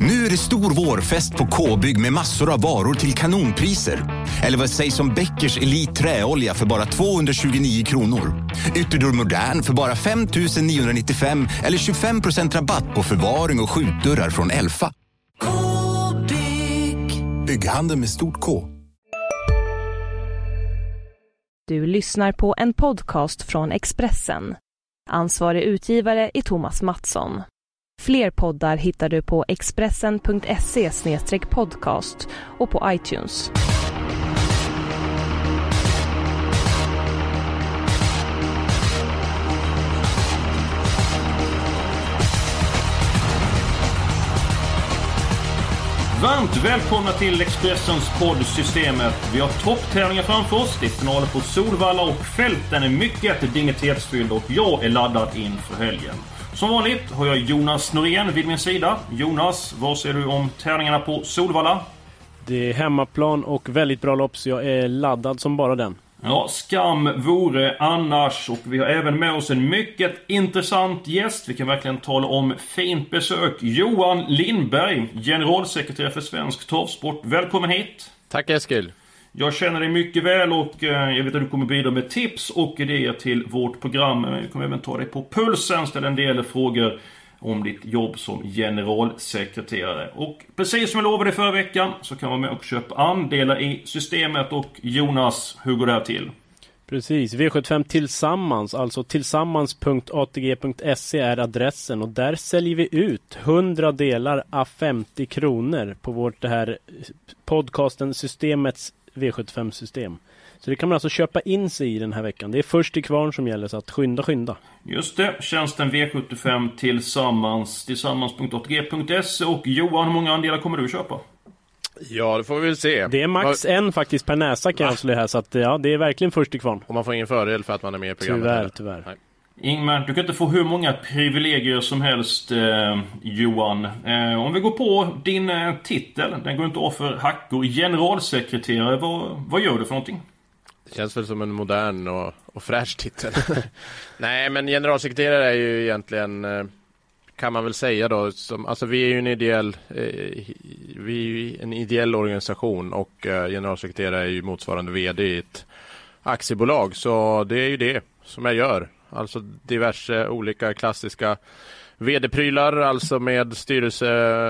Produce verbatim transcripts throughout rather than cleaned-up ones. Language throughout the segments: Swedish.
Nu är det stor vårfest på K-bygg med massor av varor till kanonpriser. Eller vad sägs om Bäckers Elite träolja för bara tvåhundratjugonio kronor. Ytterdörr Modern för bara fem tusen niohundranittiofem eller tjugofem procent rabatt på förvaring och skjutdörrar från Elfa. K-bygg. Bygghandel med stort K. Du lyssnar på en podcast från Expressen. Ansvarig utgivare är Thomas Mattsson. Fler poddar hittar du på expressen punkt se slash podcast och på iTunes. Varmt välkomna till Expressens poddsystemet. Vi har topptävlingar framför oss. Det är finaler på Solvalla och fälten är mycket dignitetsfylld och jag är laddad inför helgen. Som vanligt har jag Jonas Norén vid min sida. Jonas, vad säger du om tävlingarna på Solvalla? Det är hemmaplan och väldigt bra lopp, så jag är laddad som bara den. Ja, skam vore annars. Och vi har även med oss en mycket intressant gäst. Vi kan verkligen tala om fint besök. Johan Lindberg, generalsekreterare för Svensk Travsport. Välkommen hit. Tack Eskil. Jag känner dig mycket väl och jag vet att du kommer bidra med tips och idéer till vårt program. Vi kommer även ta dig på pulsen, ställa en del frågor om ditt jobb som generalsekreterare. Och precis som jag lovade förra veckan så kan man med och köpa andelar i systemet. Och Jonas, hur går det här till? Precis, V sjuttiofem Tillsammans, alltså tillsammans punkt a t g punkt se är adressen, och där säljer vi ut hundra delar à femtio kronor på vårt det här podcasten systemets V sjuttiofem-system. Så det kan man alltså köpa in sig i den här veckan. Det är först till kvarn som gäller, så att skynda, skynda. Just det, tjänsten V sjuttiofem Tillsammans, tillsammans punkt a t g punkt se. Och Johan, hur många andelar kommer du köpa? Ja, det får vi väl se. Det är max en faktiskt per näsa kan jag slå här, så att ja, det är verkligen först till kvarn. Och man får ingen fördel för att man är med i programmet. Tyvärr, tyvärr. Nej. Ingmar, du kan inte få hur många privilegier som helst, eh, Johan. Eh, om vi går på din eh, titel, den går inte av för hackor. Generalsekreterare, vad, vad gör du för någonting? Det känns väl som en modern och, och fräsch titel. Nej, men generalsekreterare är ju egentligen, eh, kan man väl säga då, som, alltså vi är ju en ideell, eh, vi är ju en ideell organisation och eh, generalsekreterare är ju motsvarande vd i ett aktiebolag. Så det är ju det som jag gör. Alltså diverse olika klassiska vd-prylar, alltså med styrelse,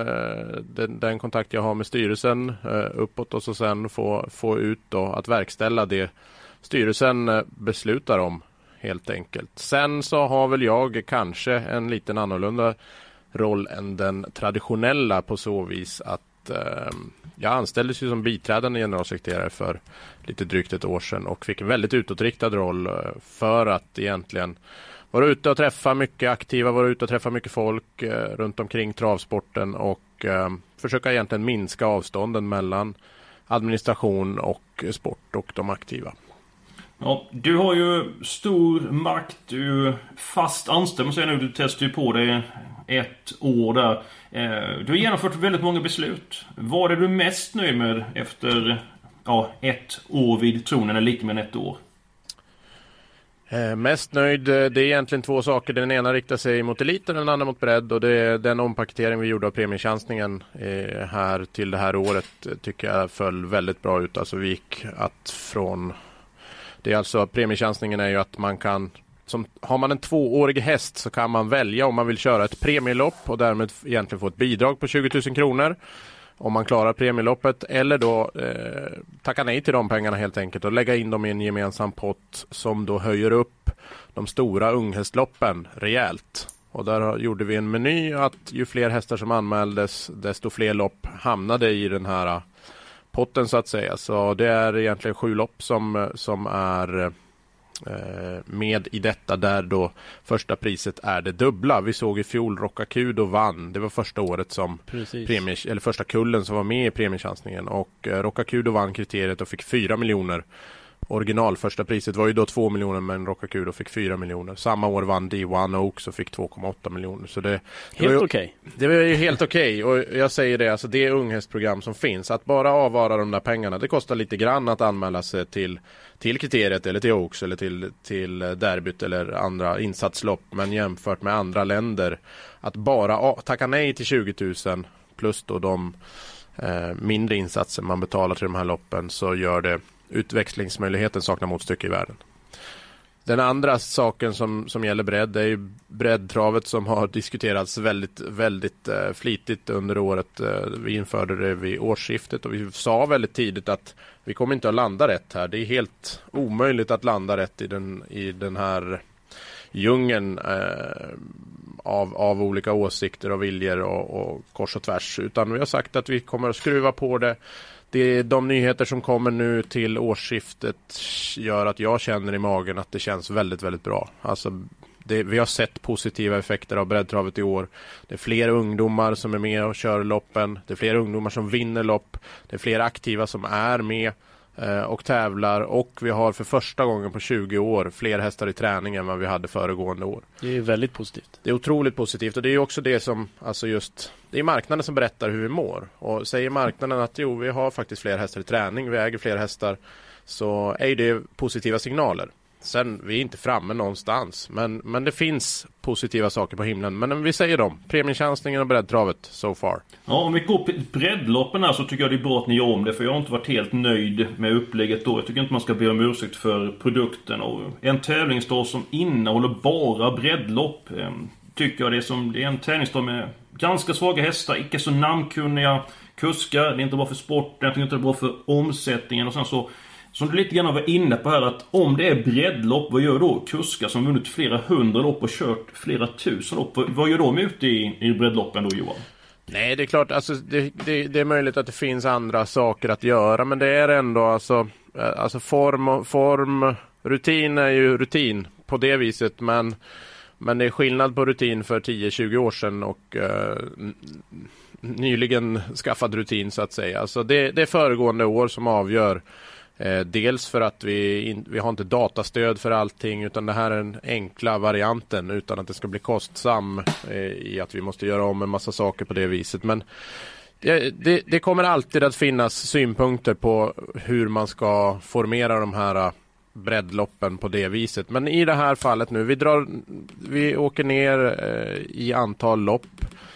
den, den kontakt jag har med styrelsen eh, uppåt, och så sen få, få ut då att verkställa det styrelsen eh, beslutar om helt enkelt. Sen så har väl jag kanske en liten annorlunda roll än den traditionella på så vis att eh, jag anställdes ju som biträdande generalsekreterare för lite drygt ett år sedan och fick en väldigt utåtriktad roll för att egentligen vara ute och träffa mycket aktiva, vara ute och träffa mycket folk eh, runt omkring travsporten och eh, försöka egentligen minska avstånden mellan administration och sport och de aktiva. Ja, du har ju stor makt, du är fast anställd, men nu, du testar ju på dig ett år där. Du har genomfört väldigt många beslut. Vad är du mest nöjd med efter ja, ett år vid tronen, eller lite mer än ett år? Eh, mest nöjd, det är egentligen två saker. Den ena riktar sig mot eliten, den andra mot bredd, och det är den ompaketering vi gjorde av premiechansningen eh, här till det här året tycker jag föll väldigt bra ut. Alltså vi gick att från, det är alltså premiechansningen är ju att man kan, som, har man en tvåårig häst så kan man välja om man vill köra ett premielopp och därmed egentligen få ett bidrag på tjugo tusen kronor om man klarar premieloppet, eller då eh, tacka nej till de pengarna helt enkelt och lägga in dem i en gemensam pott som då höjer upp de stora unghästloppen rejält. Och där gjorde vi en meny att ju fler hästar som anmäldes, desto fler lopp hamnade i den här potten så att säga. Så det är egentligen sju lopp som, som är med i detta, där då första priset är det dubbla. Vi såg i fjol Rockacudo vann. Det var första året som premie, eller första kullen som var med i premiechansningen, och Rockacudo vann kriteriet och fick fyra miljoner. Original första priset var ju då två miljoner, men Rockacudo fick fyra miljoner. Samma år vann D ett Oaks och fick två komma åtta miljoner. Så det, det helt okej. Okay. Det var ju helt okej okay. Och jag säger det, alltså det unghästprogram som finns, att bara avvara de där pengarna, det kostar lite grann att anmäla sig till till kriteriet eller till Oaks eller till, till derbyt eller andra insatslopp, men jämfört med andra länder, att bara tacka nej till tjugo tusen plus då de eh, mindre insatser man betalar till de här loppen, så gör det utväxlingsmöjligheten saknar motstycke i världen. Den andra saken som, som gäller bredd är ju breddtravet som har diskuterats väldigt, väldigt eh, flitigt under året. Eh, vi införde det vid årsskiftet och vi sa väldigt tidigt att vi kommer inte att landa rätt här. Det är helt omöjligt att landa rätt i den, i den här djungeln eh, av, av olika åsikter och viljor och, och kors och tvärs. Utan vi har sagt att vi kommer att skruva på det. Det är de nyheter som kommer nu till årsskiftet gör att jag känner i magen att det känns väldigt, väldigt bra. Alltså det, vi har sett positiva effekter av breddtravet i år. Det är fler ungdomar som är med och kör loppen. Det är fler ungdomar som vinner lopp. Det är fler aktiva som är med eh, och tävlar. Och vi har för första gången på tjugo år fler hästar i träning än vad vi hade föregående år. Det är väldigt positivt. Det är otroligt positivt och det är också det som, alltså just, det är marknaden som berättar hur vi mår. Och säger marknaden att jo, vi har faktiskt fler hästar i träning, vi äger fler hästar, så är det positiva signaler. Sen, vi är inte framme någonstans, men, men det finns positiva saker på himlen. Men vi säger dem, premiechansningen och breddtravet so far. Ja, om vi går på breddloppen här så tycker jag det är bra att ni gör om det. För jag har inte varit helt nöjd med upplägget då. Jag tycker inte man ska be om ursäkt för produkten. Och en tävlingsdag som innehåller bara breddlopp eh, tycker jag det är som det är en tävlingsdag med ganska svaga hästar, icke så namnkunniga kuskar. Det är inte bra för sporten, jag tycker inte det är bra för omsättningen. Och sen så, som du lite grann var inne på här, att om det är breddlopp, vad gör då kuskar som vunnit flera hundra lopp och kört flera tusen lopp? Vad gör de ute i, i breddloppen då, Johan? Nej, det är klart, alltså, det, det, det är möjligt att det finns andra saker att göra, men det är ändå alltså, alltså form, form, rutin är ju rutin på det viset, men, men det är skillnad på rutin för tio till tjugo år sedan och eh, nyligen skaffad rutin så att säga. Alltså det, det är föregående år som avgör. Eh, dels för att vi, in, vi har inte datastöd för allting, utan det här är den enkla varianten utan att det ska bli kostsam eh, i att vi måste göra om en massa saker på det viset. Men det, det, det kommer alltid att finnas synpunkter på hur man ska formera de här breddloppen på det viset. Men i det här fallet nu, vi, drar, vi åker ner eh, i antal lopp.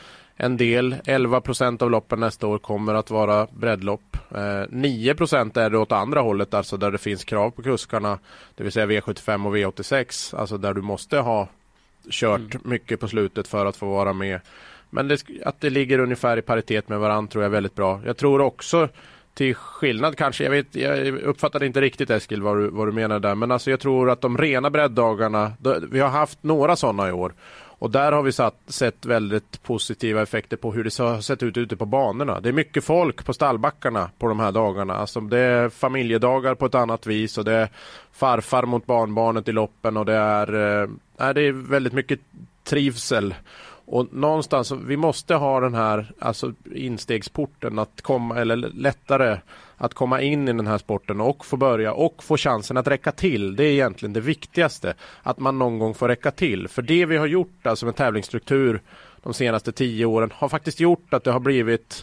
En del, elva procent av loppen nästa år kommer att vara breddlopp. Eh, nio procent är det åt andra hållet, alltså där det finns krav på kuskarna, det vill säga V sjuttiofem och V åttiosex, alltså där du måste ha kört mm. mycket på slutet för att få vara med. Men det, att det ligger ungefär i paritet med varandra tror jag är väldigt bra. Jag tror också till skillnad kanske, jag vet, jag uppfattade inte riktigt Eskil vad du, vad du menar där, men alltså jag tror att de rena bredddagarna, vi har haft några sådana i år. Och där har vi satt, sett väldigt positiva effekter på hur det har sett ut ute på banorna. Det är mycket folk på stallbackarna på de här dagarna. Alltså det är familjedagar på ett annat vis och det är farfar mot barnbarnet i loppen och det är, äh, det är väldigt mycket trivsel. Och någonstans, vi måste ha den här alltså instegsporten att komma, eller lättare att komma in i den här sporten och få börja och få chansen att räcka till. Det är egentligen det viktigaste, att man någon gång får räcka till. För det vi har gjort alltså med tävlingsstruktur de senaste tio åren har faktiskt gjort att det har blivit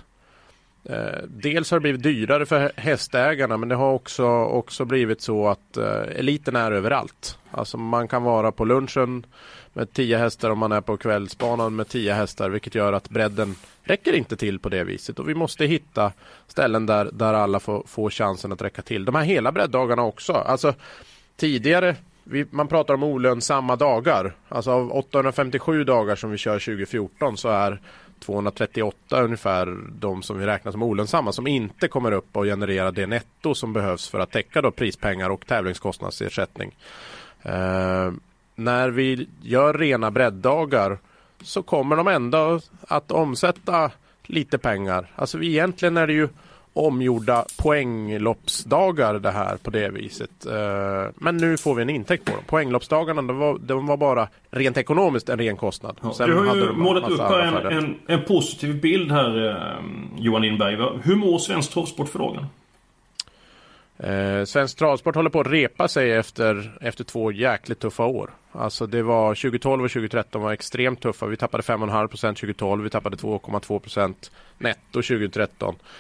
eh, dels har det blivit dyrare för hästägarna, men det har också, också blivit så att eh, eliten är överallt. Alltså man kan vara på lunchen med tio hästar om man är på kvällsbanan med tio hästar, vilket gör att bredden räcker inte till på det viset. Och vi måste hitta ställen där, där alla får, får chansen att räcka till. De här hela bredddagarna också. Alltså tidigare, vi, man pratar om olönsamma dagar. Alltså av åttahundrafemtiosju dagar som vi kör tjugo fjorton så är tvåhundratrettioåtta ungefär de som vi räknar som olönsamma, som inte kommer upp och genererar det netto som behövs för att täcka då prispengar och tävlingskostnadsersättning. Eh, när vi gör rena bredddagar så kommer de ändå att omsätta lite pengar. Alltså vi, egentligen är det ju omgjorda poängloppsdagar det här på det viset. Men nu får vi en intäkt på dem. Poängloppsdagarna, de var, de var bara rent ekonomiskt en ren kostnad. Ja, Sen du har hade ju de målat upp här en, en, en, en positiv bild här, Johan Lindberg. Hur mår svensk travsport för dagen? Eh, svensk travsport håller på att repa sig efter, efter två jäkligt tuffa år. Alltså det var tjugotolv och tjugotretton var extremt tuffa. Vi tappade fem komma fem procent tjugotolv, vi tappade två komma två procent netto tjugotretton.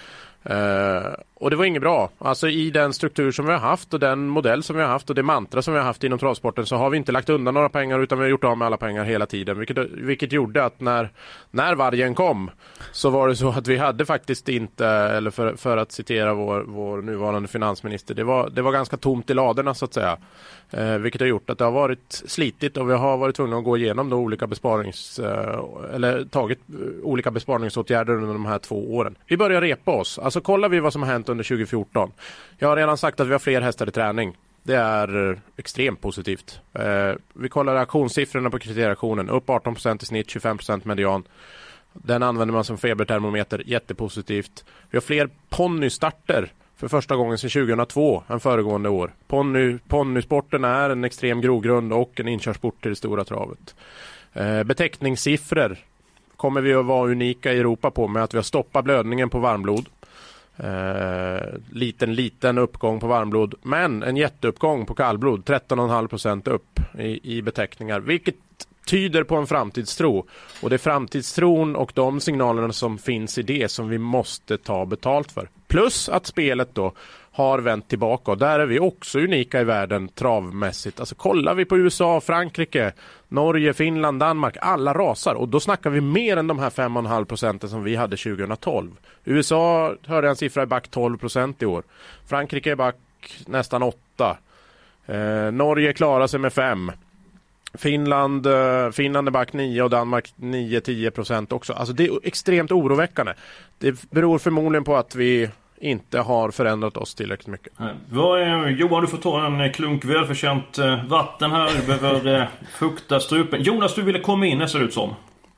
Uh, och det var inget bra. Alltså i den struktur som vi har haft och den modell som vi har haft och det mantra som vi har haft inom travsporten så har vi inte lagt undan några pengar utan vi har gjort av med alla pengar hela tiden. Vilket, vilket gjorde att när, när vargen kom så var det så att vi hade faktiskt inte, eller för, för att citera vår, vår nuvarande finansminister, det var, det var ganska tomt i ladorna så att säga. Uh, vilket har gjort att det har varit slitigt och vi har varit tvungna att gå igenom de olika besparings, uh, eller tagit uh, olika besparingsåtgärder under de här två åren. Vi börjar repa oss. Alltså kollar vi vad som har hänt under tjugo fjorton. Jag har redan sagt att vi har fler hästar i träning. Det är eh, extremt positivt. Eh, vi kollar auktionssiffrorna på kriterieauktionen. Upp arton procent i snitt, tjugofem procent median. Den använder man som febertermometer. Jättepositivt. Vi har fler ponnystarter för första gången sedan tjugohundratvå än föregående år. Ponny, ponnysporten är en extrem grogrund och en inkörsport till det stora travet. Eh, beteckningssiffror kommer vi att vara unika i Europa på med att vi har stoppat blödningen på varmblod. Eh, liten, liten uppgång på varmblod. Men en jätteuppgång på kallblod. tretton komma fem procent upp i, i beteckningar. Vilket tyder på en framtidstro. Och det är framtidstron och de signalerna som finns i det som vi måste ta betalt för. Plus att spelet då har vänt tillbaka. Och där är vi också unika i världen travmässigt. Alltså kollar vi på U S A, Frankrike, Norge, Finland, Danmark. Alla rasar. Och då snackar vi mer än de här fem komma fem procenten som vi hade tjugohundratolv. U S A hörde en siffra i back tolv procent i år. Frankrike är back nästan åtta. Eh, Norge klarar sig med fem. Finland, eh, Finland är back nio och Danmark nio till tio procent också. Alltså det är extremt oroväckande. Det beror förmodligen på att vi inte har förändrat oss tillräckligt mycket. Vad är, Johan, du får ta en klunk välförtjänt vatten här. Du behöver eh, fukta strupen. Jonas, du ville komma in, det ser ut som.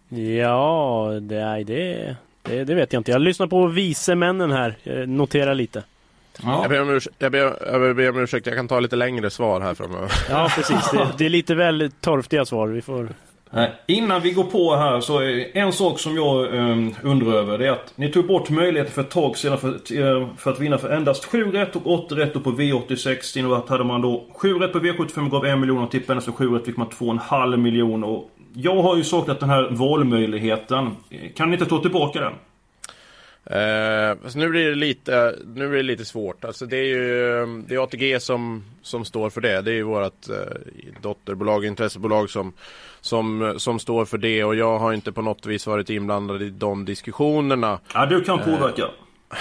Ja, det, är det, det, det vet jag inte. Jag lyssnar på visemännen här. Jag noterar lite. Ja. Jag ber om ursäkt, jag ber, jag ber om ursäkt. Jag kan ta lite längre svar här framöver. Ja, precis. Det, det är lite väl torftiga svar. Vi får... Innan vi går på här så är en sak som jag um, undrar över, det är att ni tog bort möjligheter för ett tag sedan för, för att vinna för endast sju rätt och åtta rätt och på V åttiosex. Och hade man då sju rätt på V sjuttiofem gav en miljon och tippade endast för sju rätt fick man två och en halv miljon. Och jag har ju sagt att den här valmöjligheten, kan ni inte ta tillbaka den? Uh, alltså nu blir det lite nu blir det lite svårt. Alltså det är ju det är A T G som som står för det. Det är ju vårt uh, dotterbolag, intressebolag som som som står för det och jag har inte på något vis varit inblandad i de diskussionerna. Ja, du kan påverka. Uh.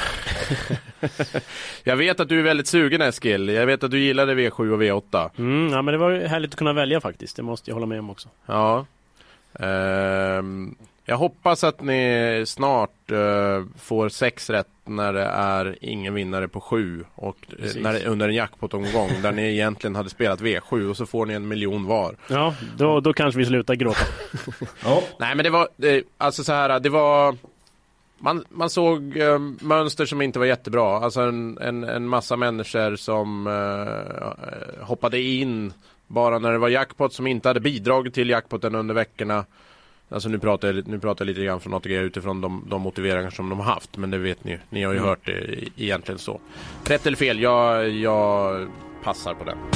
Jag vet att du är väldigt sugen, Eskil. Jag vet att du gillade V sju och V åtta. Mm, ja, men det var ju härligt att kunna välja faktiskt. Det måste jag hålla med om också. Ja. Uh, Jag hoppas att ni snart uh, får sex rätt när det är ingen vinnare på sju och uh, när det, under en jackpot-omgång där ni egentligen hade spelat V sju och så får ni en miljon var. Ja, då, då kanske vi slutar gråta. Ja. Nej, men det var det, alltså så här, det var man, man såg uh, mönster som inte var jättebra. Alltså en, en, en massa människor som uh, hoppade in bara när det var jackpot som inte hade bidragit till jackpoten under veckorna. Alltså nu pratar jag, nu pratar jag lite grann från A T G utifrån de, de motiveringar som de har haft. Men det vet ni, ni har ju mm. hört det egentligen så. Rätt eller fel, jag, jag passar på det.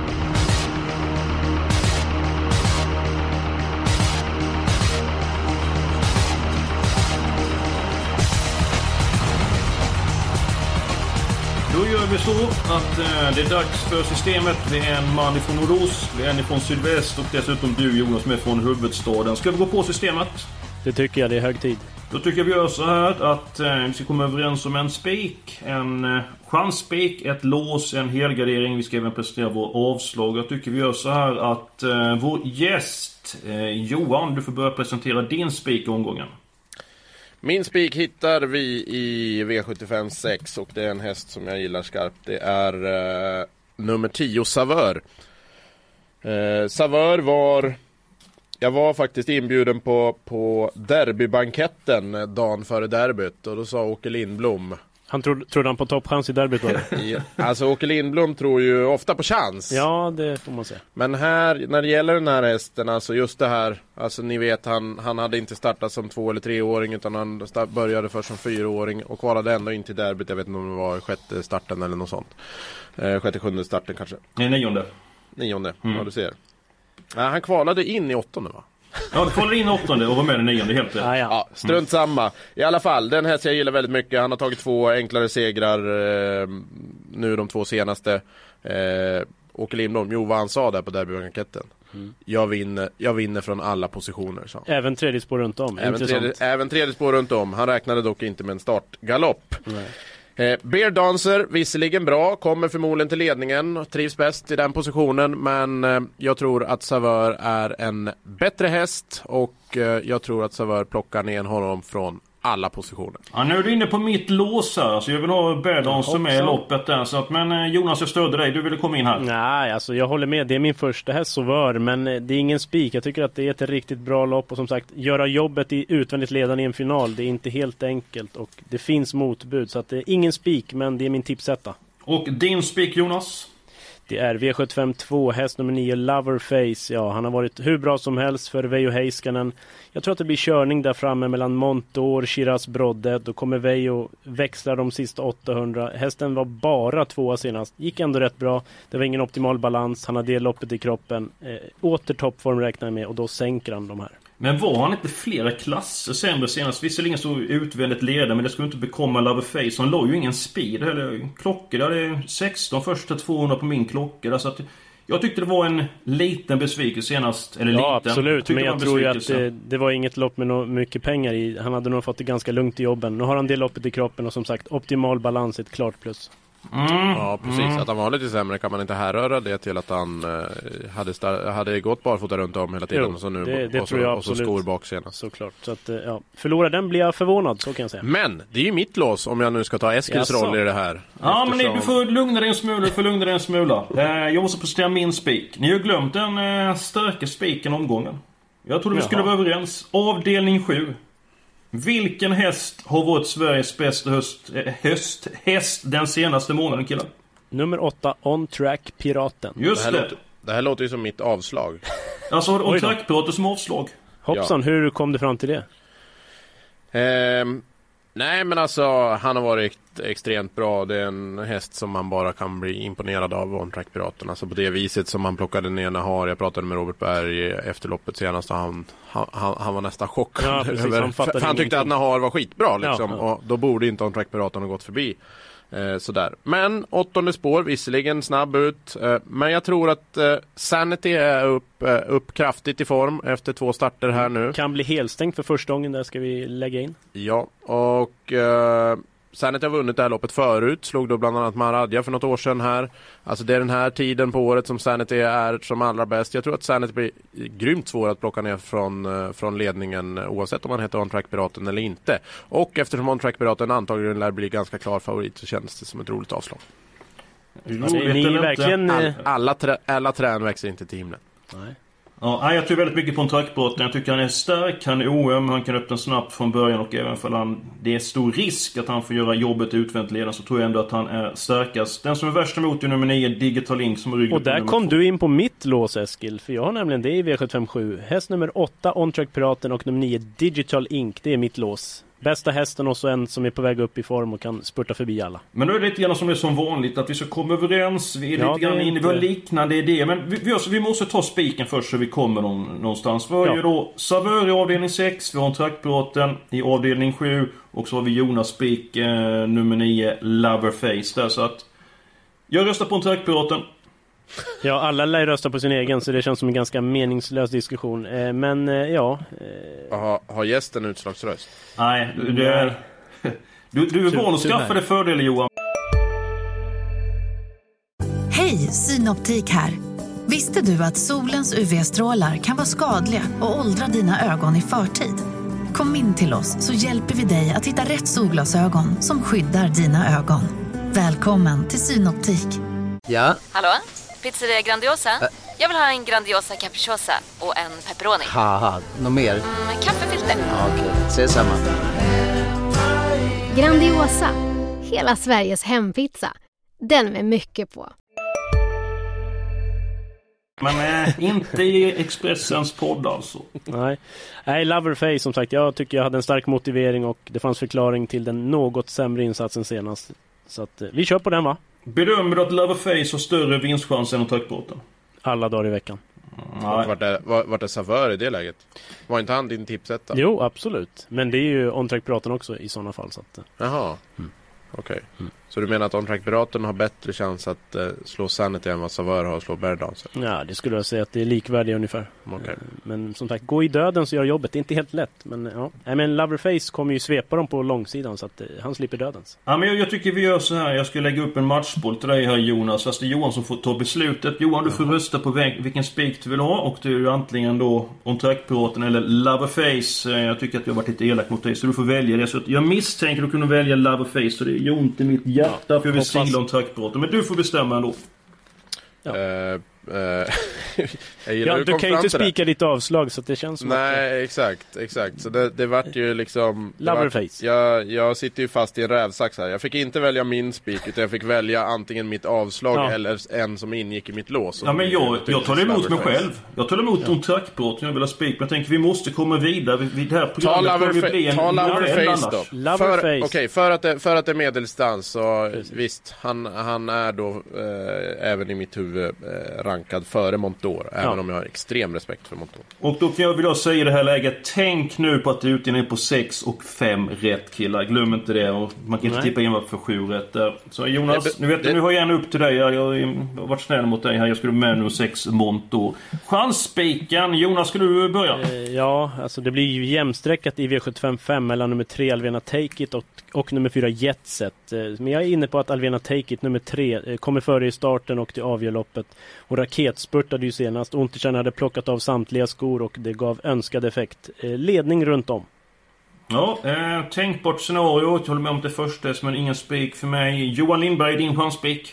Då gör vi så att eh, det är dags för systemet. Vi är en man från nordost, vi är en från sydväst och dessutom du, Jonas, med från huvudstaden. Ska vi gå på systemet? Det tycker jag, det är hög tid. Då tycker jag vi gör så här att eh, vi ska komma överens om en spik, en eh, chansspik, ett lås, en helgardering. Vi ska även prestera vår avslag. Jag tycker vi gör så här att eh, vår gäst, eh, Johan, du får börja presentera din spik i omgången. Min spik hittar vi i V sjuttiofem sex och det är en häst som jag gillar skarpt. Det är eh, nummer tio, Savör. Eh, Savör var... Jag var faktiskt inbjuden på, på derbybanketten dagen före derbyt och då sa Åke Lindblom... Han trodde, trodde han på toppchans i derbyt var det? Ja, alltså Åke Lindblom tror ju ofta på chans. Ja, det får man säga. Men här, när det gäller den här hästen, alltså just det här, alltså ni vet, han, han hade inte startat som två- eller treåring utan han start, började först som fyraåring och kvalade ändå in till derbyt. Jag vet inte om det var sjätte starten eller något sånt. Eh, sjätte, sjunde starten kanske. Nej, nionde. Nionde, mm. ja du ser. Ja, han kvalade in i åttonde, va? Ja, du får in åttonde och var med den nionde helt rätt. Ah, ja. Ja, strunt samma. I alla fall, den här jag gillar väldigt mycket. Han har tagit två enklare segrar eh, nu de två senaste. Eh, Åke Lindholm, jo vad han sa där på derbyblanketten. Mm. Jag vinner, jag vinner från alla positioner. Så. Även tredje spår runt om. Även tredje, även tredje spår runt om. Han räknade dock inte med en startgalopp. Eh, Bear Dancer, visserligen bra, kommer förmodligen till ledningen, trivs bäst i den positionen, men eh, jag tror att Savör är en bättre häst och eh, jag tror att Savör plockar ner honom från alla positioner. Ja, nu är du inne på mitt lås här, så jag vill ha Bear Dancer med i loppet där, så att, men eh, Jonas, jag stödde dig, du ville komma in här. Nej, alltså jag håller med, det är min första häst Savör, men det är ingen spik. Jag tycker att det är ett riktigt bra lopp och som sagt, göra jobbet i utvändigt ledande i en final, det är inte helt enkelt och det finns motbud, så att det är ingen spik, men det är min tipsetta. Och din spik, Jonas? Det är V sjuttiofem två, häst nummer nio, Loverface. Ja, han har varit hur bra som helst för Veijo Heiskanen. Jag tror att det blir körning där framme mellan Montour, Shiraz, Brodde. Då kommer Veijo växla de sista åttahundra. Hästen var bara tvåa senast. Gick ändå rätt bra. Det var ingen optimal balans. Han hade loppet i kroppen. Eh, åter toppform räknar jag med och då sänker han de här. Men var han inte flera klasser sämre senast? Visserligen så utvändigt ledare, men det skulle inte bekomma Loverface. Han låg ju ingen speed eller klockor. Det hade sexton första tvåhundra på min klocka. Så att jag tyckte det var en liten besvikelse senast. Eller ja, liten. absolut. Jag men jag tror ju att det, det var inget lopp med no- mycket pengar i. Han hade nog fått det ganska lugnt i jobben. Nu har han det loppet i kroppen och som sagt, optimal balans är ett klart plus. Mm. Ja, precis. Mm. Att han var lite sämre kan man inte härröra det till att han eh, hade, star- hade gått barfota runt om hela tiden. Jo, och så nu det, det och, tror så, jag och så skor bak senast. Såklart. Så att, ja. Förlorar den blir jag förvånad, så kan jag säga. Men det är ju mitt lås om jag nu ska ta Eskils roll i det här. Ja, eftersom... men du får lugna dig en smula, du får lugna dig en smula. Eh, jag måste presentera min spik. Ni har glömt den eh, starka spiken omgången. Jag trodde vi skulle vara överens. Avdelning sju. Vilken häst har varit Sveriges bästa höst, äh, höst, häst den senaste månaden, killar? Nummer åtta, On Track Piraten. Just det. Det. Här låter, det här låter ju som mitt avslag. Alltså har du On Track Piraten som avslag? Hoppsan, ja. Hur kom du fram till det? Ehm, nej, men alltså han har varit extremt bra. Det är en häst som man bara kan bli imponerad av, On Track Piraten. Alltså på det viset som man plockade ner när har. Jag pratade med Robert Berg efter loppet senast. Han, han, han var nästan chockad. Ja, precis, över, han, för, för han tyckte ingenting. att Nahar var skitbra liksom. Ja, ja. Och då borde inte On Track Piraten ha gått förbi. Eh, sådär. Men åttonde spår, visserligen snabb ut. Eh, men jag tror att eh, Sanity är upp, eh, upp kraftigt i form efter två starter här nu. Kan bli helstängt för första gången, där ska vi lägga in. Ja, och eh, Sanity har vunnit det här loppet förut. Slog då bland annat Maradja för något år sedan här. Alltså det är den här tiden på året som Sanity är som allra bäst. Jag tror att Sanity blir grymt svår att plocka ner från, från ledningen oavsett om man heter On Track Piraten eller inte. Och eftersom On Track Piraten antagligen lär bli ganska klar favorit så känns det som ett roligt avslag. Alltså, ni är verkligen... All, alla, trä, alla trän växer inte till himlen. Nej. Ja, jag tror väldigt mycket på en trackbrotten. Jag tycker han är stark, han är oöm, han kan öppna snabbt från början och även för han, det är stor risk att han får göra jobbet utvänt ledaren, så tror jag ändå att han är starkast. Den som är värst emot är nummer nio, Digital Link, som är ryggen. Och där kom två. Du in på mitt lås, Eskil, för jag har nämligen det i V sjuttiofem sju. Häst nummer åtta, On Track Piraten, och nummer nio, Digital Ink. Det är mitt lås. Bästa hästen och så en som är på väg upp i form och kan spurta förbi alla. Men nu är det lite grann som det är som vanligt, att vi ska komma överens. Vi är ja, lite grann inne, vi har liknande idéer. Men vi, vi, också, vi måste ta spiken först så vi kommer någon, någonstans. Vi har ja. ju då Savör i avdelning sex, vi har en trackpiraten i avdelning sju. Och så har vi Jonas spik eh, nummer nio, Loverface där. Så att jag röstar på en trackpiraten. Ja, alla lär rösta på sin egen, så det känns som en ganska meningslös diskussion. Eh, men eh, ja... Eh... Har, har gästen utslagsröst? Nej, du, du är... Du, du är van att skaffa dig fördel, Johan. Hej, Synoptik här. Visste du att solens U V-strålar kan vara skadliga och åldra dina ögon i förtid? Kom in till oss så hjälper vi dig att hitta rätt solglasögon som skyddar dina ögon. Välkommen till Synoptik. Ja? Hallå? Pizzeria Grandiosa? Ä- Jag vill ha en Grandiosa capriciosa och en pepperoni. Haha, något mer? Mm, kaffefilter. Ja, okej, okay. Ses samma. Grandiosa, hela Sveriges hempizza. Den med mycket på. Men äh, inte i Expressens podd alltså. Nej. Nej, Loverface som sagt. Jag tycker jag hade en stark motivering och det fanns förklaring till den något sämre insatsen senast. Så att vi kör på den, va? Bedömer du att Loverface har större vinstchans än trackbåten? Alla dagar i veckan. Och vart är, var, vart är Savör i det läget? Var inte han din tipsetta? Jo, absolut. Men det är ju on-track-piraten också i sådana fall. Så att... Jaha, mm. okej. Okay. Mm. Så du menar att on-track-piraten har bättre chans att uh, slå Sanity än vad Savör har att slå Bear Dancer? Ja, det skulle jag säga att det är likvärdiga ungefär. Okay. Men som sagt, gå i döden så gör jobbet. Det är inte helt lätt. Men ja, I men Loverface kommer ju svepa dem på långsidan så att uh, han slipper dödens. Ja, men jag, jag tycker vi gör så här. Jag ska lägga upp en matchboll till dig här, Jonas. Fast det är Johan som får ta beslutet. Johan, du får mm. rösta på väg, vilken spik du vill ha. Och det är ju antingen då on-track-piraten eller Loverface. Jag tycker att jag har varit lite elak mot dig, så du får välja det. Så jag misstänker att du kunde välja Loverface. Så det är ju ont i mitt hjärta. Ja, för jag vill singla on-track-piraten. Men du får bestämma ändå. Ja. Uh, uh, jag ja, du kan ju inte spika ditt avslag så att det känns som nej, att... exakt, exakt. Så det, det vart ju liksom... Loverface. Jag, jag sitter ju fast i en rävsax här. Jag fick inte välja min spik, utan jag fick välja antingen mitt avslag ja. eller en som ingick i mitt lås. Ja, men jag, jag tar emot mig själv. Jag tar emot ja. on-track-piraten. Jag vill ha spik. Men jag tänker vi måste komma vidare. Vid det här programmet ta Loverfa- bli en ta Loverface då. Loverface. För, okay, för, att det, för att det är medeldistans så precis. Visst, han, han är då eh, även i mitt huvud eh, rankad före Montour, även ja. om jag har extrem respekt för Montour. Och då kan jag vilja säga i det här läget, tänk nu på att du är utdelning på sex och fem rätt, killar. Glöm inte det. Och man kan inte Nej. tippa in för sju rätt där. Så Jonas, det, nu vet det, du, nu har jag gärna upp till dig. Jag, jag, jag har varit snäll mot dig här. Jag skulle med nu sex Montour. Chansspiken, Jonas, ska du börja? Eh, ja, alltså det blir ju jämsträckat i V sjuttiofem fem mellan nummer tre Alvena Take It och, och nummer fyra Jetset. Eh, men jag är inne på att Alvena Take It nummer tre eh, kommer före i starten och det avgör loppet. Och Raket spurtade ju senast. Untersen hade plockat av samtliga skor och det gav önskad effekt. Eh, ledning runt om. Ja, eh, tänkbart scenario. Jag håller med om det första, men ingen spik för mig. Johan Lindberg, din chansspik?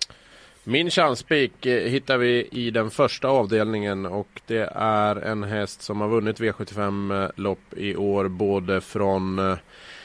Min chansspik eh, hittar vi i den första avdelningen och det är en häst som har vunnit V sjuttiofem-lopp i år både från... Eh,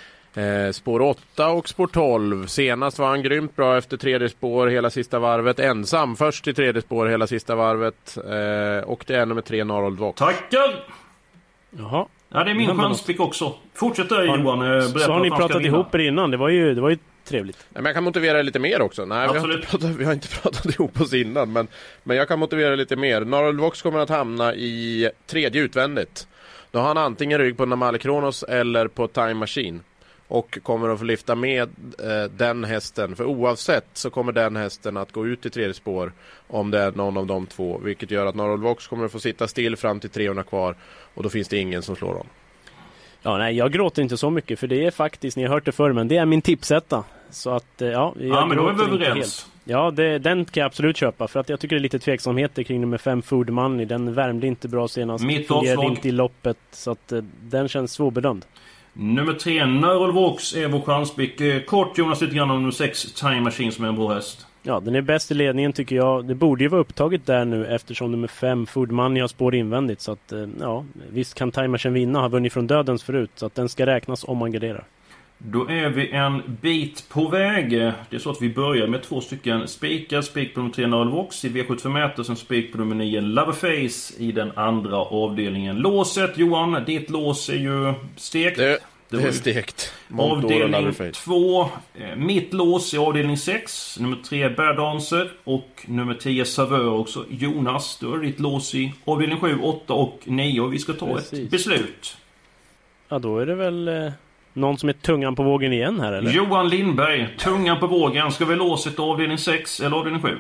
Eh, spår åtta och spår tolv. Senast var han grymt bra efter tredje spår hela sista varvet. Ensam först i tredje spår hela sista varvet. Eh, och det är nummer tre Narold Vox. Tackar! Jaha. Ja, det är min chanspick också. Fortsätt där, Johan. Berätta så har ni pratat ihop er innan. Det var ju, det var ju trevligt. Men jag kan motivera lite mer också. Nej, vi har, inte pratat, vi har inte pratat ihop oss innan. Men, men jag kan motivera lite mer. Narold Vox kommer att hamna i tredje utvändigt. Då har han antingen rygg på Namale Kronos eller på Time Machine. Och kommer att få lyfta med eh, den hästen. För oavsett så kommer den hästen att gå ut i tredje spår om det är någon av de två. Vilket gör att Narold Vox kommer att få sitta still fram till trehundra kvar. Och då finns det ingen som slår dem. Ja, nej, jag gråter inte så mycket. För det är faktiskt, ni har hört det förr, men det är min tipsetta. Så att, ja, jag ja men då är vi överens. Ja, det, den kan jag absolut köpa. För att jag tycker det är lite tveksamheter kring nummer fem Food Money. Den värmde inte bra senast. Mitt fungerade inte i loppet. Så att den känns svårbedömd. Nummer tre, Narold Vox är vår chansspick. Kort, Jonas, lite grann om nummer sex, Time Machine, som är en bra häst. Ja, den är bäst i ledningen tycker jag. Det borde ju vara upptaget där nu eftersom nummer fem Food Money har spår invändigt. Så att, ja, visst kan Time Machine vinna. Har vunnit från dödens förut. Så att den ska räknas om man garderar. Då är vi en bit på väg. Det är så att vi börjar med två stycken spikar. Spik på nummer tre Narold Vox i V sjuttiofem, som spik på nummer nio Loverface i den andra avdelningen. Låset, Johan, ditt lås är ju stekt. Det, det är stekt. Avdelning två. Mitt lås är avdelning sex. Nummer tre Bear Dancer och nummer tio Savör också. Jonas, du har ditt lås i avdelning sju, åtta och nio. Vi ska ta Precis. ett beslut. Ja, då är det väl... Eh... någon som är tungan på vågen igen här, eller? Johan Lindberg, tungan på vågen. Ska vi låset avdelning sex eller avdelning sju?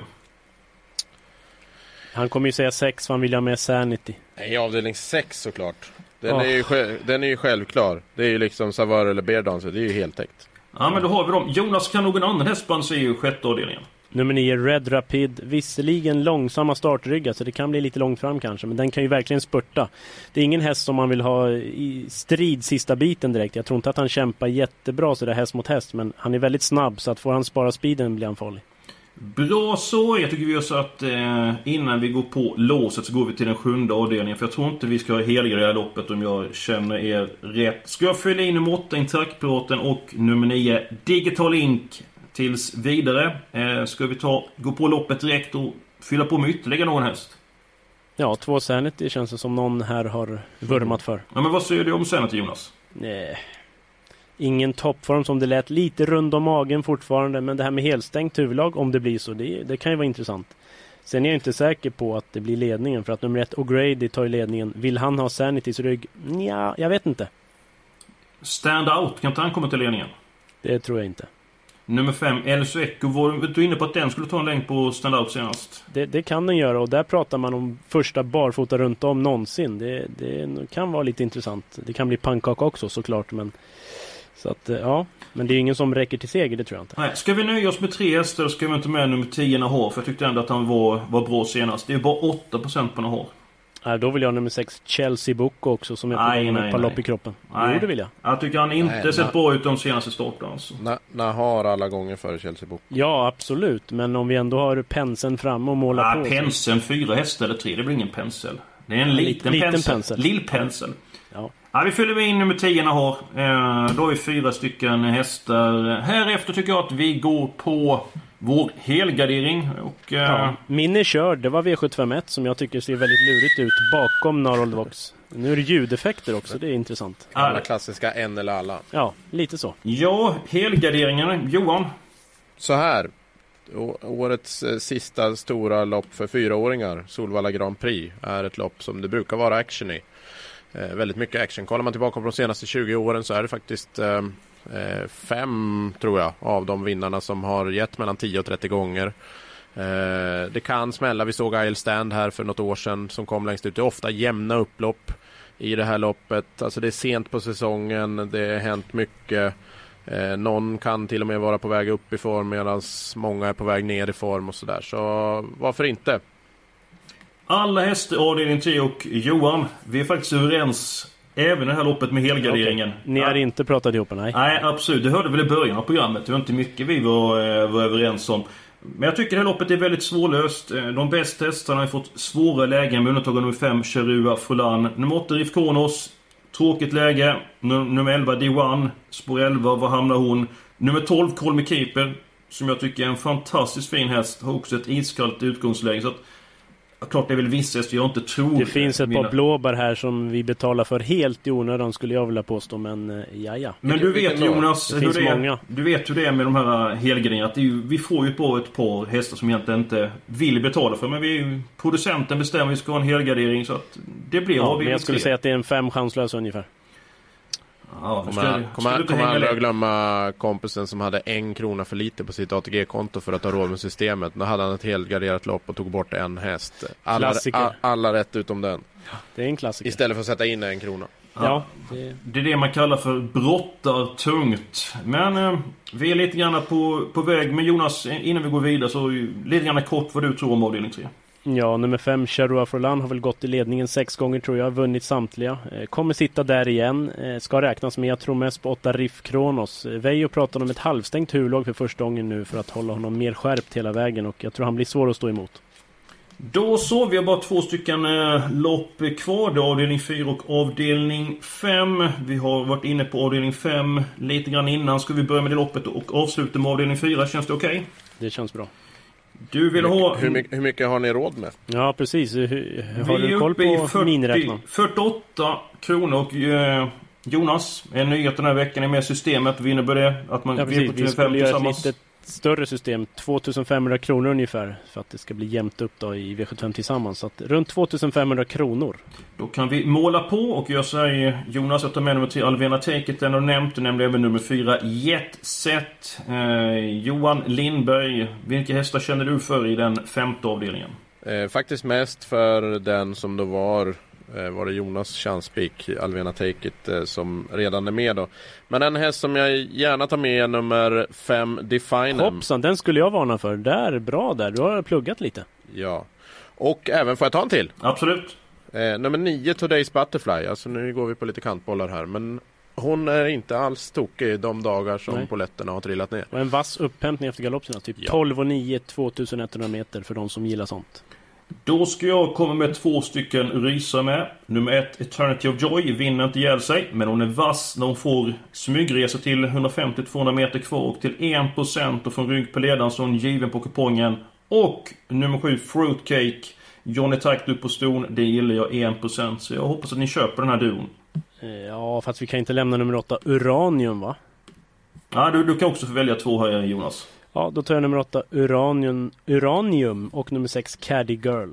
Han kommer ju säga sex, för han vill ha med Sanity. Nej, avdelning sex såklart. Den, oh. är ju själv, den är ju självklar. Det är ju liksom Savör eller Bear Dancer. Det är ju helt täckt. Ja, men då har vi dem. Jonas, kan någon annan hästband se ju sjätte avdelningen? Nummer nio Red Rapid, visserligen långsamma startryggar så det kan bli lite långt fram kanske, men den kan ju verkligen spurta. Det är ingen häst som man vill ha i strid sista biten direkt. Jag tror inte att han kämpar jättebra så där häst mot häst, men han är väldigt snabb så att får han spara speeden blir han farlig. Bra så, jag tycker vi gör så att eh, innan vi går på låset så går vi till den sjunde avdelningen, för jag tror inte vi ska ha heliga det här loppet om jag känner er rätt. Ska jag fylla in nummer åtta Intaktpiloten och nummer nio Digital Ink tills vidare. Eh, ska vi ta gå på loppet direkt och fylla på med ytterligare någon häst? Ja, två Sanity känns det som någon här har vurmat för. Ja, men vad säger du om Sanity, Jonas? Nej. Ingen toppform som det lät, lite rund om magen fortfarande, men det här med helstängt huvudlag om det blir så, det, det kan ju vara intressant. Sen är jag inte säker på att det blir ledningen, för att nummer ett O'Grady tar ju ledningen. Vill han ha Sanitys rygg? Ja, jag vet inte. Stand Out, kan inte han komma till ledningen? Det tror jag inte. Nummer fem, El Sueco, var du inne på att den skulle ta en längd på Stand Out senast? Det, det kan den göra, och där pratar man om första barfota runt om någonsin. Det, det kan vara lite intressant. Det kan bli pannkaka också såklart, men så att, ja, men det är ingen som räcker till seger, det tror jag inte. Nej, ska vi nöja oss med tre hästar, så ska vi inte med nummer tio Nahar, för jag tyckte ändå att han var, var bra senast. Det är bara åtta procent på Nahar. Nej, då vill jag nummer sex Chelsea Book också, som är på nej, med ett par lopp i kroppen. Nej. Jo, det vill jag. Jag tycker han inte nej, sett na- bra ut de senaste starterna. Alltså. Na- Nahar alla gånger före Chelsea Book. Ja, absolut. Men om vi ändå har penseln fram och målar nej, på. Penseln, fyra hästar eller tre, det blir ingen pensel. Det är en liten, liten pensel. pensel. Lill pensel. Ja. Ja, vi fyller in nummer tio Nahar. Eh, då är vi fyra stycken hästar. Härefter tycker jag att vi går på vår helgardering. Och, eh... ja, min är körd. Det var V sjuttiofem som jag tycker ser väldigt lurigt ut bakom Narold Vox. Nu är det ljudeffekter också, det är intressant. Alla klassiska en eller alla. Ja, lite så. Ja, helgarderingen. Johan? Så här. Årets sista stora lopp för fyraåringar, Solvalla Grand Prix, är ett lopp som det brukar vara action i. Eh, väldigt mycket action. Kollar man tillbaka på de senaste tjugo åren så är det faktiskt eh, fem, tror jag, av de vinnarna som har gett mellan tio och trettio gånger. Eh, det kan smälla. Vi såg Isle Stand här för något år sedan som kom längst ut. Det är ofta jämna upplopp i det här loppet. Alltså det är sent på säsongen. Det har hänt mycket. Eh, någon kan till och med vara på väg upp i form medan många är på väg ner i form och sådär. Så varför inte? Alla hästar, avdelning tre och Johan, vi är faktiskt överens även i det här loppet med helgarderingen. Okay. Ni har ja. inte pratat ihop, nej? Nej, absolut. Det hörde väl i början av programmet. Det var inte mycket vi var, var överens om. Men jag tycker det här loppet är väldigt svårlöst. De bästa hästarna har fått svåra lägen med undantag av nummer fem, Cherua Frolan. Nummer åtta, Rif Kronos. Tråkigt läge. Nummer elva, D ett. Spår elva, var hamnar hon? Nummer tolv, Call Me Keeper, som jag tycker är en fantastiskt fin häst. Har också ett iskallt utgångsläge. Så att, klart det är väl vissa hästar jag inte tror. Det finns ett mina... par blåbär här som vi betalar för helt i onödan, skulle jag vilja påstå. Men ja, ja. Men du vet, Jonas, det hur det är, många. Du vet hur det är med de här helgrejerna. Att det är ju, vi får ju på ett par hästar som egentligen inte vill betala för. Men vi är ju, producenten bestämmer att vi ska ha en helgardering, så att det blir ja, men jag skulle tre. säga att det är en fem chanslös ungefär. Ja, kommer kommer kom aldrig att glömma kompisen som hade en krona för lite på sitt A T G-konto för att ha råd med systemet. Då hade han ett helgarderat lopp och tog bort en häst. Alla, a, alla rätt utom den. Ja, det är en klassiker. Istället för att sätta in en krona. Ja, ja det... det är det man kallar för brottar tungt. Men eh, vi är lite grann på, på väg. Men Jonas, innan vi går vidare så lite grann kort vad du tror om avdelning tre. Ja, nummer fem, Cherua Frolan, har väl gått i ledningen sex gånger tror jag, vunnit samtliga. Kommer sitta där igen, ska räknas med, jag tror mest på åtta Rif Kronos. Veijo pratar om ett halvstängt huvudlag för första gången nu för att hålla honom mer skärpt hela vägen, och jag tror han blir svår att stå emot. Då så, vi har bara två stycken eh, lopp kvar, det är avdelning fyra och avdelning fem. Vi har varit inne på avdelning fem lite grann innan. Ska vi börja med det loppet och avsluta med avdelning fyra, känns det okej? Okay? Det känns bra. Du vill hur, mycket, ha... hur, mycket, hur mycket har ni råd med? Ja, precis. Hur, har du koll på miniräknaren? fyrtioåtta kronor och eh, Jonas, en nyhet den här veckan är med systemet. Vi innebär det att man... Ja, precis. Vi skulle göra ett litet större system, tvåtusenfemhundra kronor ungefär, för att det ska bli jämnt upp då i V sjuttiofem tillsammans. Så att runt tvåtusenfemhundra kronor. Då kan vi måla på och jag säger Jonas, jag tar med nummer till Alvena Take It, den har nämnt, nämligen även nummer fyra Jet Set. Eh, Johan Lindberg, vilka hästar känner du för i den femte avdelningen? Eh, faktiskt mest för den som då var var det Jonas Chanspik, Alvena Take It, som redan är med då. Men en häst som jag gärna tar med är nummer fem Definem. Hoppsan, den skulle jag varna för. Där, bra där, du har pluggat lite. Ja, och även får jag ta en till? Absolut. eh, Nummer nio Today's Butterfly. Alltså nu går vi på lite kantbollar här, men hon är inte alls tokig de dagar som Nej. poletterna har trillat ner. Och en vass upphämtning efter galoppen, typ ja. tolv och nio, tvåtusenetthundra meter för de som gillar sånt. Då ska jag komma med två stycken rysar med. Nummer ett, Eternity of Joy, vinner inte ihjäl sig, men hon är vass när hon får smygresa till hundrafemtio till tvåhundra meter kvar och till en procent och från rygg på ledaren så hon given på kupongen. Och nummer sju, Fruitcake, Johnny Takt upp på ston, det gillar jag en procent, så jag hoppas att ni köper den här duon. Ja, fast vi kan inte lämna nummer åtta, Uranium, va? Ja, du, du kan också få välja två här, Jonas. Ja, då tar jag nummer åtta Uranium, Uranium och nummer sex Caddy Girl.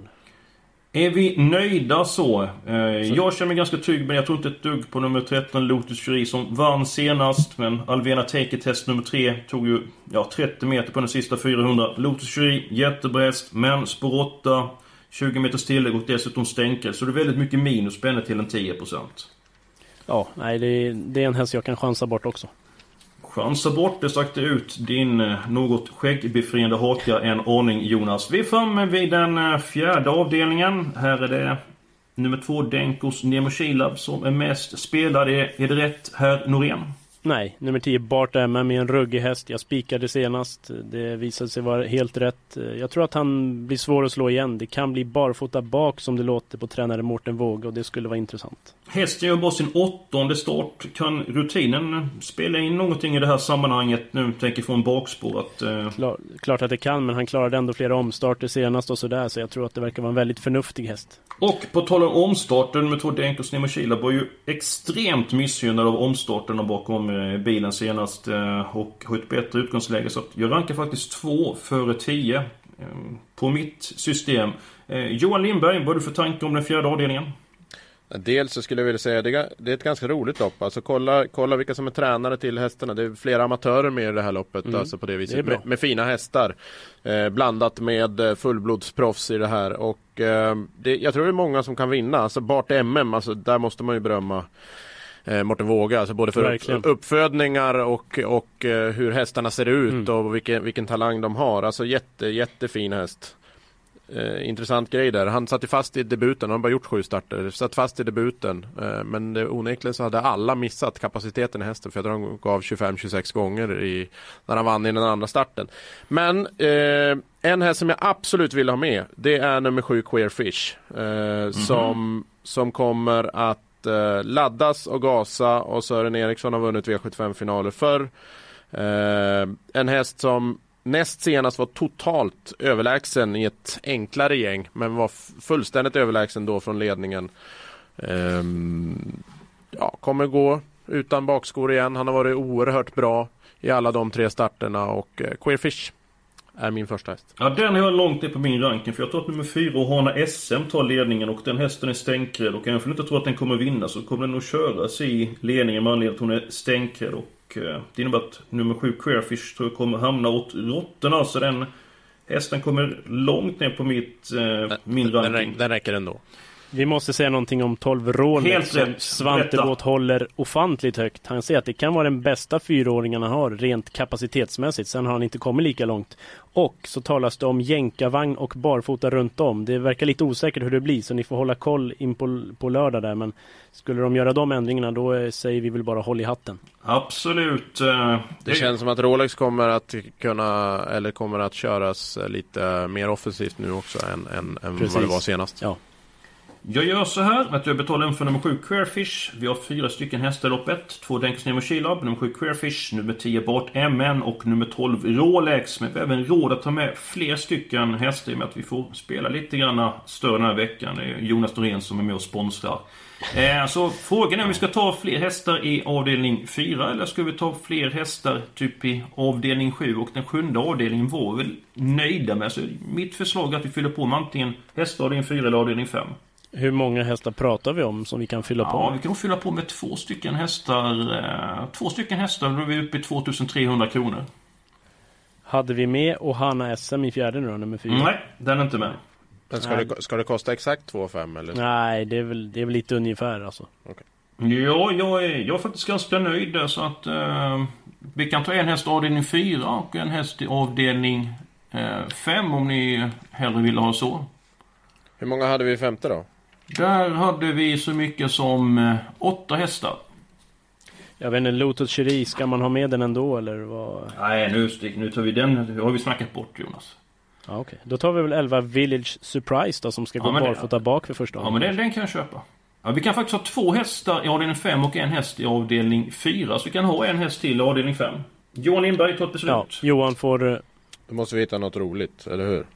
Är vi nöjda så? Eh, jag känner mig ganska trygg, men jag tror inte ett dugg på nummer tretton Lotus Jury som vann senast. Men Alvena Take It Test nummer tre tog ju ja, trettio meter på den sista fyrahundra. Lotus Jury, jättebräst, men spår åtta, tjugo meters tillägg och dessutom stänkel. Så det är väldigt mycket minus, spänner till en tio procent. Ja, nej, det är, det är en häst jag kan chansa bort också. Chansa bort, det sakte ut din eh, något skäggbefriande haka en aning, Jonas. Vi är framme vid den eh, fjärde avdelningen. Här är det nummer två Denkos Nemo Shilab som är mest spelad. Är, är det rätt, herr Norén? Nej, nummer tio Bart M M med en ruggig häst. Jag spikade senast. Det visade sig vara helt rätt. Jag tror att han blir svår att slå igen. Det kan bli barfota bak som det låter på tränare Mårten Våge, och det skulle vara intressant. Hästen gör bara sin åttonde start. Kan rutinen spela in någonting i det här sammanhanget nu? Tänker från bakspår att... Eh... Klar, klart att det kan, men han klarade ändå flera omstarter senast och sådär. Så jag tror att det verkar vara en väldigt förnuftig häst. Och på tal om omstarten med två Denkos Nemo Shilab var ju extremt missgynnad av omstarten bakom eh, bilen senast eh, och har ett bättre utgångsläge. Så att jag rankar faktiskt två före tio eh, på mitt system. Eh, Johan Lindberg, vad har du för tanke om den fjärde avdelningen? Dels så skulle jag vilja säga att det är ett ganska roligt lopp. Alltså kolla, kolla vilka som är tränare till hästarna. Det är flera amatörer med i det här loppet. Mm. Alltså på det viset. Det med, med fina hästar. Eh, blandat med fullblodsproffs i det här. Och eh, det, jag tror det är många som kan vinna. Alltså Bart M M, alltså där måste man ju berömma eh, Mårten Våge. Alltså både för upp, uppfödningar och, och eh, hur hästarna ser ut. Mm. Och vilken, vilken talang de har. Alltså jätte, jättefin häst. Eh, intressant grej där. Han satt fast i debuten. Han har bara gjort sju starter. Satt fast i debuten. Eh, men det, onekligen så hade alla missat kapaciteten i hästen. För jag tror han gav tjugofem till tjugosex gånger i, när han vann i den andra starten. Men eh, en häst som jag absolut vill ha med, det är nummer sju Queer Fish. Eh, mm-hmm. som, som kommer att eh, laddas och gasa. Och Sören Eriksson har vunnit V sjuttiofem-finaler förr. Eh, en häst som näst senast var totalt överlägsen i ett enklare gäng, men var fullständigt överlägsen då från ledningen. Ehm, ja, kommer gå utan bakskor igen. Han har varit oerhört bra i alla de tre starterna, och eh, Queer Fish är min första häst. Ja, den har jag långt ner på min ranking, för jag tror att nummer fyra och Hana S M tar ledningen, och den hästen är stänkrädd, och jag får inte tro att den kommer vinna, så kommer den nog köra sig i ledningen med anledning att hon är stänkrädd. Och det innebär att nummer sju Queerfish tror jag kommer hamna åt råttorna. Så den hästen kommer långt ner på mitt, eh, min ranking. Den, den räcker ändå. Vi måste säga någonting om tolv Rolex som rätt. Svante Båth håller ofantligt högt. Han säger att det kan vara den bästa fyraåringen han har rent kapacitetsmässigt. Sen har han inte kommit lika långt. Och så talas det om jänkarvagn och barfota runt om. Det verkar lite osäkert hur det blir, så ni får hålla koll in på, på lördag där. Men skulle de göra de ändringarna, då säger vi väl bara håll i hatten. Absolut. Det, det känns som att Rolex kommer att kunna, eller kommer att köras lite mer offensivt nu också än, än, än vad det var senast. Ja. Jag gör så här att jag betalar in för nummer sju Queerfish. Vi har fyra stycken hästar i loppet. Två Denkos Nemo Shilab, nummer sju Queerfish, nummer tio Bart M N och nummer tolv Rolex. Men vi har även råd att ta med fler stycken hästar i med att vi får spela lite grann större den här veckan. Det är Jonas Norén som är med och sponsrar. Eh, så frågan är om vi ska ta fler hästar i avdelning fyra, eller ska vi ta fler hästar typ i avdelning sju, och den sjunde avdelningen var väl nöjda med. Så mitt förslag är att vi fyller på med antingen hästavdelning fyra eller avdelning fem. Hur många hästar pratar vi om som vi kan fylla på? Ja, vi kan nog fylla på med två stycken hästar. Eh, två stycken hästar, då är vi uppe i tvåtusentrehundra kronor. Hade vi med och Hana S M i fjärde nu då, nummer fyra? Nej, den är inte med. Men ska, det, ska det kosta exakt två komma fem eller? Nej, det är väl, det är väl lite ungefär alltså. Okay. Ja, jag är, jag är faktiskt ganska nöjd där, så att eh, vi kan ta en häst i avdelning fyra och en häst i avdelning fem eh, om ni hellre vill ha så. Hur många hade vi i femte då? Där hade vi så mycket som eh, åtta hästar. Jag vet inte, Lotus Jury, ska man ha med den ändå eller vad? Nej, nu, nu tar vi den, nu har vi snackat bort, Jonas. Ja, okej. Okay. Då tar vi väl elva Village Surprise då, som ska ja, gå barfota bak för första gången. Ja, men den, den kan jag köpa. Ja, vi kan faktiskt ha två hästar i avdelning fem och en häst i avdelning fyra. Så vi kan ha en häst till i avdelning fem. Johan Lindberg tar ett beslut. Ja, Johan får... Då måste vi hitta något roligt, eller hur?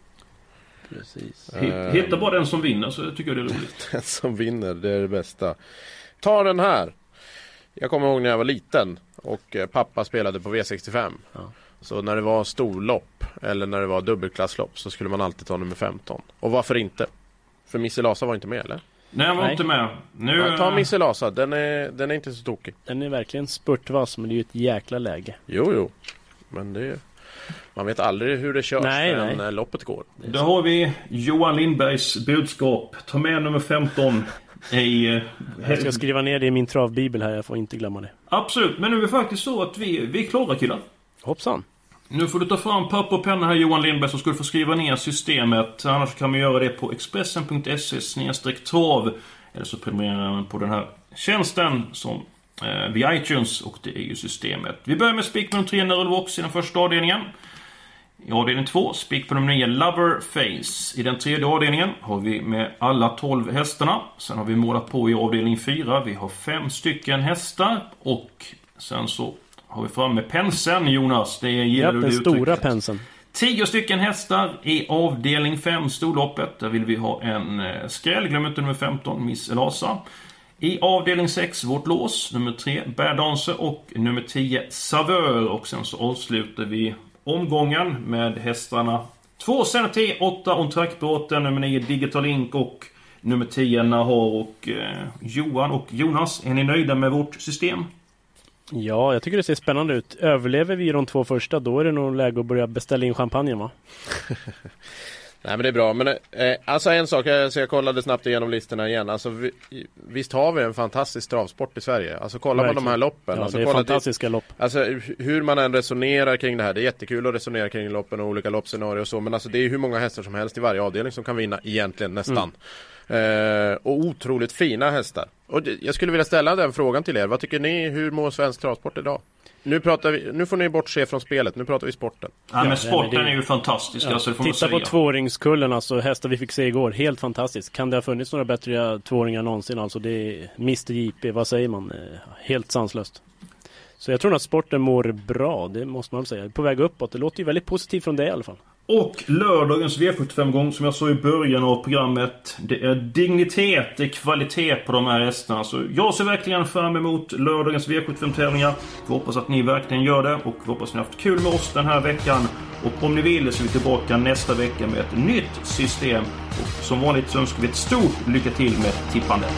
Precis. Hitta bara den som vinner, så tycker jag det är roligt. Den som vinner, det är det bästa. Ta den här. Jag kommer ihåg när jag var liten och pappa spelade på V sextiofem. Ja. Så när det var storlopp eller när det var dubbelklasslopp så skulle man alltid ta nummer femton. Och varför inte? För Missilasa var inte med, eller? Nej, jag var Nej. inte med. Nu... Ja, ta Missilasa, den är, den är inte så tokig. Den är verkligen spurtvass, men det är ju ett jäkla läge. Jo, jo. Men det är... Man vet aldrig hur det körs nej, när nej. loppet går. Då har vi Johan Lindbergs budskap. Ta med nummer femton i... Jag ska skriva ner det i min travbibel här, jag får inte glömma det. Absolut, men nu är det faktiskt så att vi, vi är klara, killar. Hoppsan. Nu får du ta fram papper och penna här, Johan Lindberg, så ska du få skriva ner systemet. Annars kan man göra det på expressen punkt se slash trav. Eller så prenumererar man på den här tjänsten som eh, via iTunes, och det är ju systemet. Vi börjar med spik nummer tre, Nerulvox i den första avdelningen. I avdelning två, spik på nummer nio, Loverface. I den tredje avdelningen har vi med alla tolv hästarna. Sen har vi målat på i avdelning fyra. Vi har fem stycken hästar. Och sen så har vi fram med penseln, Jonas. Det gillar Ja, du den det stora uttrycket. penseln. Tio stycken hästar i avdelning fem, storloppet. Där vill vi ha en eh, skräll. Glöm inte nummer femton, Miss Elasa. I avdelning sex, vårt lås. Nummer tre, Bad Dancer. Och nummer tio, Saveur. Och sen så avslutar vi omgången med hästarna två, Senate, åtta, Ontrackbråten, nummer nio, Digital Link och nummer tio, Nahar och eh, Johan och Jonas. Är ni nöjda med vårt system? Ja, jag tycker det ser spännande ut. Överlever vi de två första, då är det nog läge att börja beställa in champagne, va? Nej, men det är bra. Men eh, alltså en sak, jag, så jag kollade snabbt igenom listorna igen. Alltså vi, visst har vi en fantastisk travsport i Sverige. Alltså kollar man de här loppen. Ja, alltså, det är kolla fantastiska det, lopp. Alltså hur man än resonerar kring det här. Det är jättekul att resonera kring loppen och olika loppscenarier och så. Men alltså det är hur många hästar som helst i varje avdelning som kan vinna egentligen nästan. Mm. Eh, och otroligt fina hästar. Och det, jag skulle vilja ställa den frågan till er. Vad tycker ni, hur mår svensk travsport idag? Nu, pratar vi, nu får ni bortse från spelet, nu pratar vi sporten. Ja, men ja, sporten men det, är ju fantastisk. Ja, alltså, det får titta man på säga. tvååringskullen, alltså hästar vi fick se igår. Helt fantastiskt. Kan det ha funnits några bättre tvååringar någonsin? Alltså det är mister J P, vad säger man? Helt sanslöst. Så jag tror att sporten mår bra, det måste man väl säga. På väg uppåt, det låter ju väldigt positivt från det i alla fall. Och lördagens V sjuttiofem-gång, som jag sa i början av programmet, det är dignitet, det är kvalitet på de här hästarna. Så jag ser verkligen fram emot lördagens V sjuttiofem-tävlingar. Vi hoppas att ni verkligen gör det, och vi hoppas att ni har haft kul med oss den här veckan. Och om ni vill så är vi tillbaka nästa vecka med ett nytt system. Och som vanligt så önskar vi ett stort lycka till med tippandet.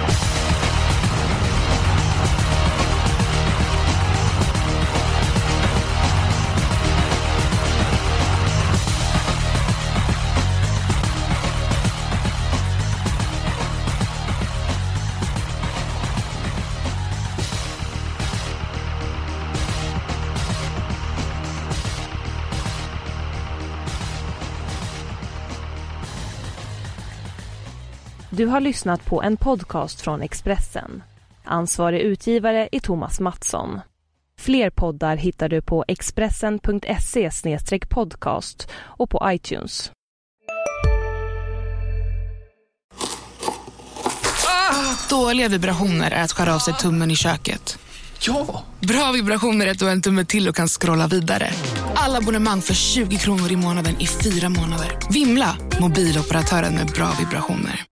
Du har lyssnat på en podcast från Expressen. Ansvarig utgivare är Thomas Mattsson. Fler poddar hittar du på expressen punkt se slash podcast och på iTunes. Ah, dåliga vibrationer är att skära av sig tummen i köket. Ja! Bra vibrationer är att du har en tumme till och kan scrolla vidare. Alla abonnemang för tjugo kronor i månaden i fyra månader. Vimla, mobiloperatören med bra vibrationer.